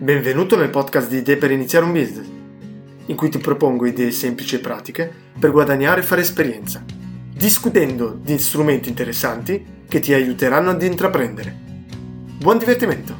Benvenuto nel podcast di Idee per iniziare un business, in cui ti propongo idee semplici e pratiche per guadagnare e fare esperienza, discutendo di strumenti interessanti che ti aiuteranno ad intraprendere. Buon divertimento!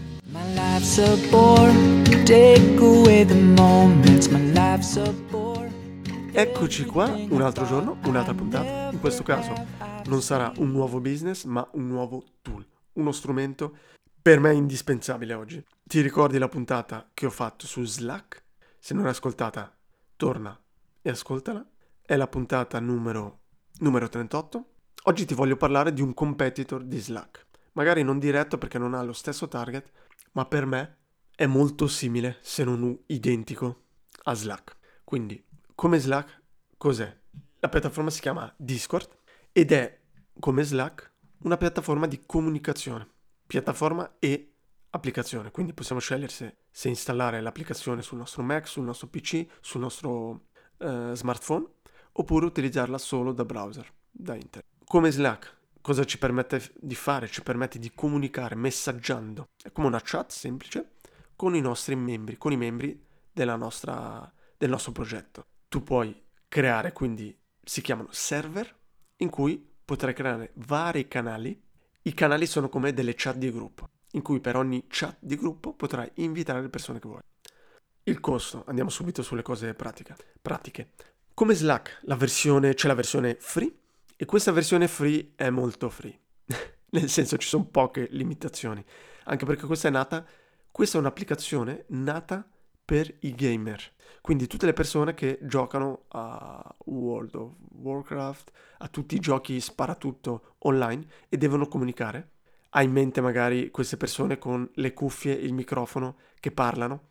Eccoci qua, un altro giorno, un'altra puntata. In questo caso non sarà un nuovo business, ma un nuovo tool, uno strumento per me indispensabile oggi. Ti ricordi la puntata che ho fatto su Slack? Se non l'hai ascoltata, torna e ascoltala. È la puntata numero 38. Oggi ti voglio parlare di un competitor di Slack. Magari non diretto perché non ha lo stesso target, ma per me è molto simile, se non identico, a Slack. Quindi, come Slack, cos'è? La piattaforma si chiama Discord ed è, come Slack, una piattaforma di comunicazione. Piattaforma e applicazione, quindi possiamo scegliere se installare l'applicazione sul nostro Mac, sul nostro PC, sul nostro smartphone, oppure utilizzarla solo da browser, da internet. Come Slack, cosa ci permette di fare? Ci permette di comunicare messaggiando. È come una chat semplice con i nostri membri, con i membri del nostro progetto. Tu puoi creare, quindi si chiamano server, in cui potrai creare vari canali. I canali sono come delle chat di gruppo, in cui per ogni chat di gruppo potrai invitare le persone che vuoi. Il costo, andiamo subito sulle cose pratiche. Come Slack, c'è la versione free, e questa versione free è molto free. Nel senso, ci sono poche limitazioni, anche perché questa è un'applicazione nata per i gamer. Quindi tutte le persone che giocano a World of Warcraft, a tutti i giochi sparatutto online e devono comunicare. Hai in mente magari queste persone con le cuffie, il microfono, che parlano.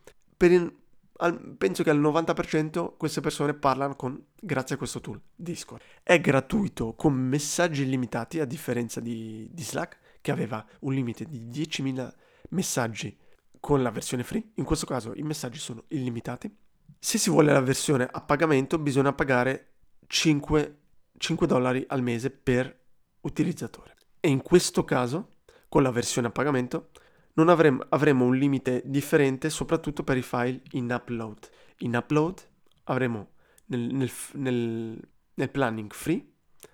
Penso che al 90% queste persone parlano grazie a questo tool, Discord. È gratuito con messaggi illimitati, a differenza di Slack, che aveva un limite di 10.000 messaggi con la versione free. In questo caso i messaggi sono illimitati. Se si vuole la versione a pagamento bisogna pagare $5 al mese per utilizzatore. E in questo caso, con la versione a pagamento, non avremo un limite differente, soprattutto per i file in upload. In upload avremo nel planning free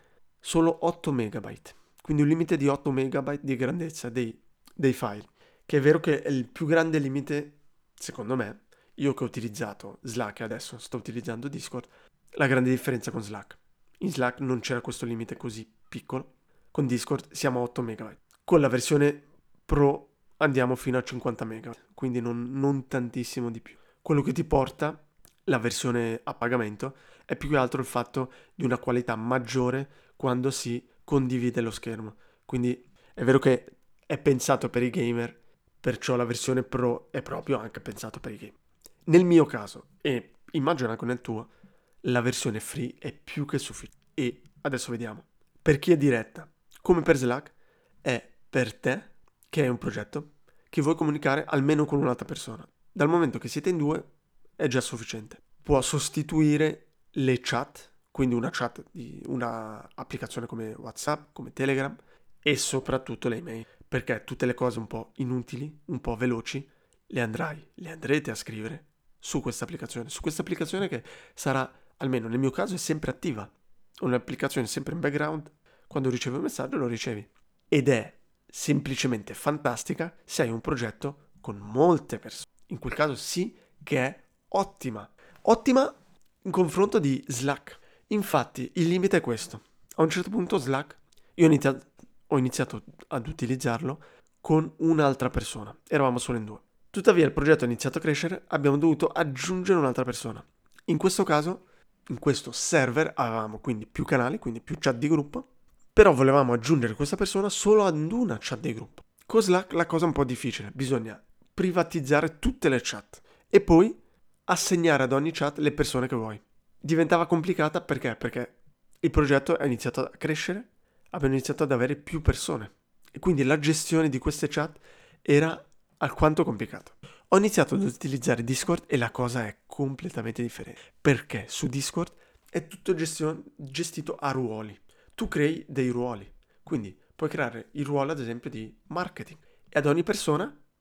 solo 8 megabyte, quindi un limite di 8 megabyte di grandezza dei file, che è vero che è il più grande limite, secondo me. Io che ho utilizzato Slack e adesso sto utilizzando Discord, la grande differenza con Slack. In Slack non c'era questo limite così piccolo, con Discord siamo a 8 megabyte. Con la versione Pro andiamo fino a 50 megabyte, quindi non tantissimo di più. Quello che ti porta la versione a pagamento è più che altro il fatto di una qualità maggiore quando si condivide lo schermo. Quindi è vero che è pensato per i gamer, perciò la versione Pro è proprio anche pensato per i gamer. Nel mio caso, e immagino anche nel tuo, la versione free è più che sufficiente. E adesso vediamo. Per chi è diretta, come per Slack, è per te che hai un progetto che vuoi comunicare almeno con un'altra persona. Dal momento che siete in due è già sufficiente. Può sostituire le chat, quindi una chat di una applicazione come WhatsApp, come Telegram, e soprattutto le email, perché tutte le cose un po' inutili, un po' veloci, le andrete a scrivere su questa applicazione che sarà, almeno nel mio caso, è sempre attiva. Un'applicazione sempre in background, quando ricevi un messaggio lo ricevi. Ed è semplicemente fantastica se hai un progetto con molte persone. In quel caso sì che è ottima. Ottima in confronto di Slack. Infatti il limite è questo. A un certo punto Slack, io ho iniziato ad utilizzarlo con un'altra persona. Eravamo solo in due. Tuttavia il progetto ha iniziato a crescere, abbiamo dovuto aggiungere un'altra persona. In questo caso, in questo server, avevamo quindi più canali, quindi più chat di gruppo, però volevamo aggiungere questa persona solo ad una chat di gruppo. Con Slack la cosa è un po' difficile, bisogna privatizzare tutte le chat e poi assegnare ad ogni chat le persone che vuoi. Diventava complicata perché? Perché il progetto è iniziato a crescere, abbiamo iniziato ad avere più persone e quindi la gestione di queste chat era alquanto complicato. Ho iniziato ad utilizzare Discord e la cosa è completamente differente, perché su Discord è tutto gestito a ruoli. Tu crei dei ruoli, quindi puoi creare il ruolo ad esempio di marketing e ad ogni persona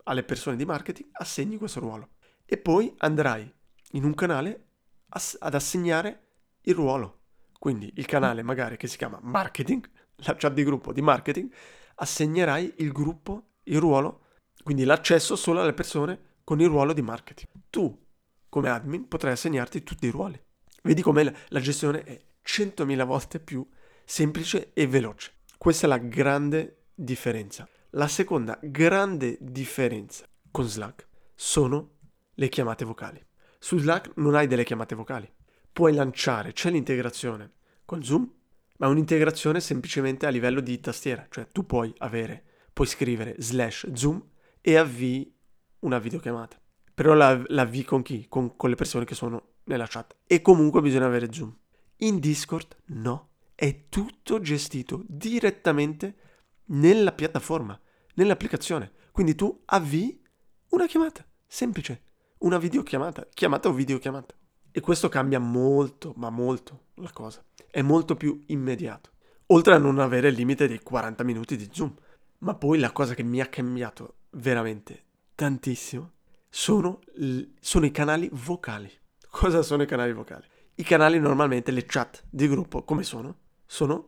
alle persone di marketing assegni questo ruolo. E poi andrai in un canale ad assegnare il ruolo. Quindi il canale magari che si chiama marketing, la chat di gruppo di marketing, assegnerai il gruppo, il ruolo, quindi l'accesso solo alle persone con il ruolo di marketing. Tu, come admin, potrai assegnarti tutti i ruoli. Vedi come la gestione è 100.000 volte più semplice e veloce. Questa è la grande differenza. La seconda grande differenza con Slack sono le chiamate vocali. Su Slack non hai delle chiamate vocali. Puoi lanciare, c'è l'integrazione con Zoom, ma è un'integrazione semplicemente a livello di tastiera. Cioè tu puoi scrivere /Zoom e avvii una videochiamata. Però la avvii con chi? Con le persone che sono nella chat. E comunque bisogna avere Zoom. In Discord no. È tutto gestito direttamente nella piattaforma, nell'applicazione. Quindi tu avvii una chiamata, semplice, una videochiamata, chiamata o videochiamata. E questo cambia molto, ma molto la cosa. È molto più immediato. Oltre a non avere il limite dei 40 minuti di Zoom. Ma poi la cosa che mi ha cambiato veramente tantissimo sono i canali vocali. Cosa sono i canali vocali? I canali normalmente, le chat di gruppo, come sono? Sono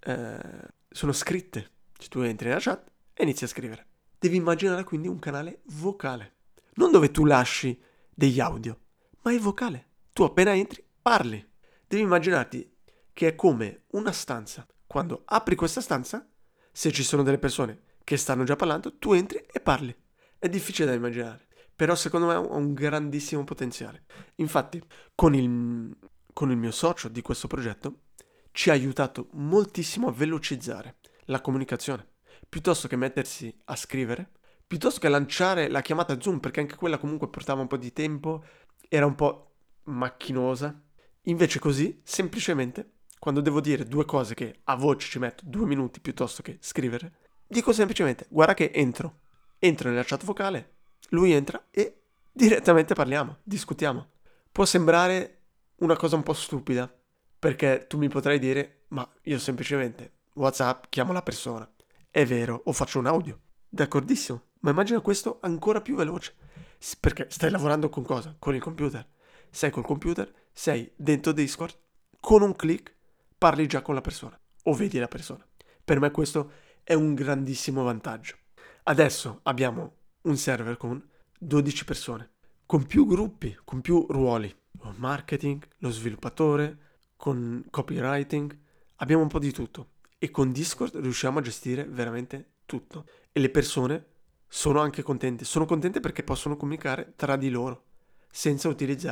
scritte. Cioè, tu entri nella chat e inizi a scrivere. Devi immaginare quindi un canale vocale. Non dove tu lasci degli audio, ma è vocale. Tu appena entri, parli. Devi immaginarti che è come una stanza. Quando apri questa stanza, se ci sono delle persone che stanno già parlando, tu entri e parli. È difficile da immaginare, però secondo me ha un grandissimo potenziale. Infatti, con il mio socio di questo progetto, ci ha aiutato moltissimo a velocizzare la comunicazione. Piuttosto che mettersi a scrivere, piuttosto che lanciare la chiamata Zoom, perché anche quella comunque portava un po' di tempo, era un po' macchinosa. Invece così, semplicemente, quando devo dire due cose che a voce ci metto 2 minuti piuttosto che scrivere, dico semplicemente, guarda che entro nella chat vocale, lui entra e direttamente parliamo, discutiamo. Può sembrare una cosa un po' stupida, perché tu mi potrai dire, ma io semplicemente WhatsApp chiamo la persona. È vero, o faccio un audio. D'accordissimo, ma immagina questo ancora più veloce. Perché stai lavorando con cosa? Con il computer. Sei col computer, sei dentro Discord, con un click parli già con la persona o vedi la persona. Per me questo è un grandissimo vantaggio. Adesso abbiamo un server con 12 persone, con più gruppi, con più ruoli. Marketing, lo sviluppatore, con copywriting, abbiamo un po' di tutto. E con Discord riusciamo a gestire veramente tutto. E le persone sono anche contente. Sono contente perché possono comunicare tra di loro senza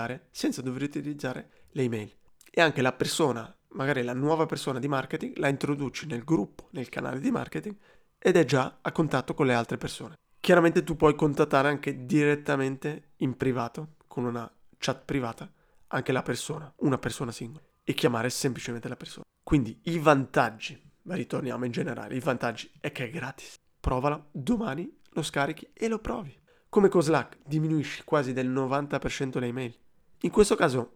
dover utilizzare le email. E anche la persona, magari la nuova persona di marketing, la introduci nel gruppo, nel canale di marketing ed è già a contatto con le altre persone. Chiaramente tu puoi contattare anche direttamente in privato, con una chat privata, anche la persona, una persona singola, e chiamare semplicemente la persona. Quindi i vantaggi, ma ritorniamo in generale, i vantaggi è che è gratis. Provala, domani lo scarichi e lo provi. Come con Slack diminuisci quasi del 90% le email. In questo caso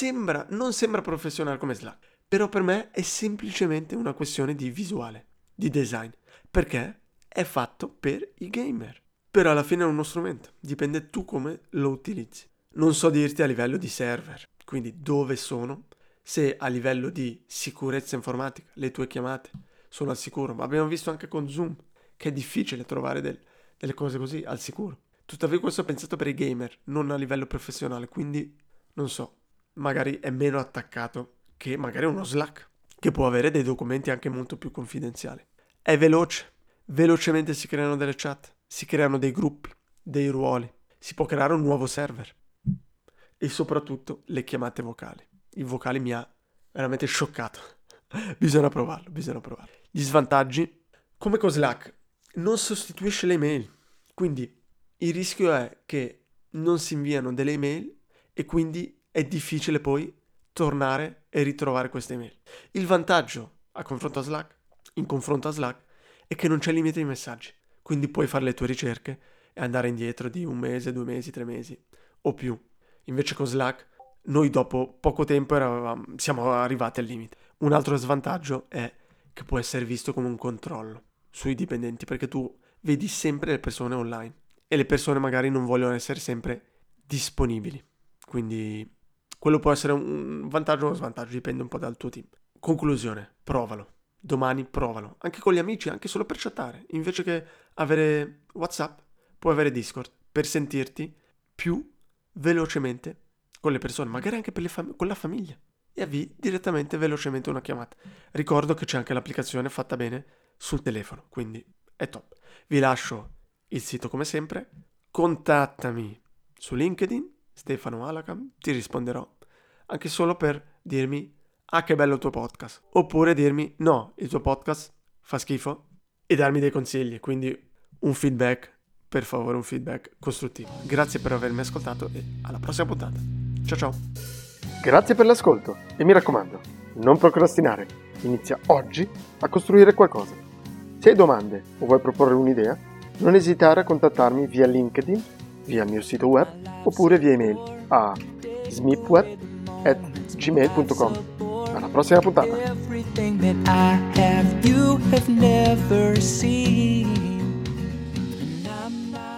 non sembra professionale come Slack, però per me è semplicemente una questione di visuale, di design, perché è fatto per i gamer. Però alla fine è uno strumento, dipende tu come lo utilizzi. Non so dirti a livello di server, quindi dove sono, se a livello di sicurezza informatica le tue chiamate sono al sicuro, ma abbiamo visto anche con Zoom che è difficile trovare delle cose così al sicuro. Tuttavia questo è pensato per i gamer, non a livello professionale, quindi non so, magari è meno attaccato che magari uno Slack, che può avere dei documenti anche molto più confidenziali. È velocemente si creano delle chat, si creano dei gruppi, dei ruoli, si può creare un nuovo server. E soprattutto le chiamate vocali. Il vocale mi ha veramente scioccato. Bisogna provarlo. Gli svantaggi, come con Slack, non sostituisce le email, quindi il rischio è che non si inviano delle email e quindi è difficile poi tornare e ritrovare queste email. Il vantaggio in confronto a Slack, è che non c'è limite di messaggi, quindi puoi fare le tue ricerche e andare indietro di 1 mese, 2 mesi, 3 mesi o più. Invece con Slack noi dopo poco tempo siamo arrivati al limite. Un altro svantaggio è che può essere visto come un controllo sui dipendenti, perché tu vedi sempre le persone online e le persone magari non vogliono essere sempre disponibili. Quindi quello può essere un vantaggio o uno svantaggio, dipende un po' dal tuo team. Conclusione, provalo. Domani provalo. Anche con gli amici, anche solo per chattare. Invece che avere WhatsApp, puoi avere Discord per sentirti più velocemente con le persone, magari anche per con la famiglia. E avvii direttamente velocemente una chiamata. Ricordo che c'è anche l'applicazione fatta bene sul telefono, quindi è top. Vi lascio il sito come sempre. Contattami su LinkedIn, Stefano Alacam, ti risponderò. Anche solo per dirmi ah che bello il tuo podcast, oppure dirmi no, il tuo podcast fa schifo e darmi dei consigli, quindi un feedback, per favore, un feedback costruttivo. Grazie per avermi ascoltato e alla prossima puntata. Ciao ciao. Grazie per l'ascolto e mi raccomando, non procrastinare, inizia oggi a costruire qualcosa. Se hai domande o vuoi proporre un'idea, non esitare a contattarmi via LinkedIn, via il mio sito web oppure via email a smipweb@gmail.com. Alla prossima puntata!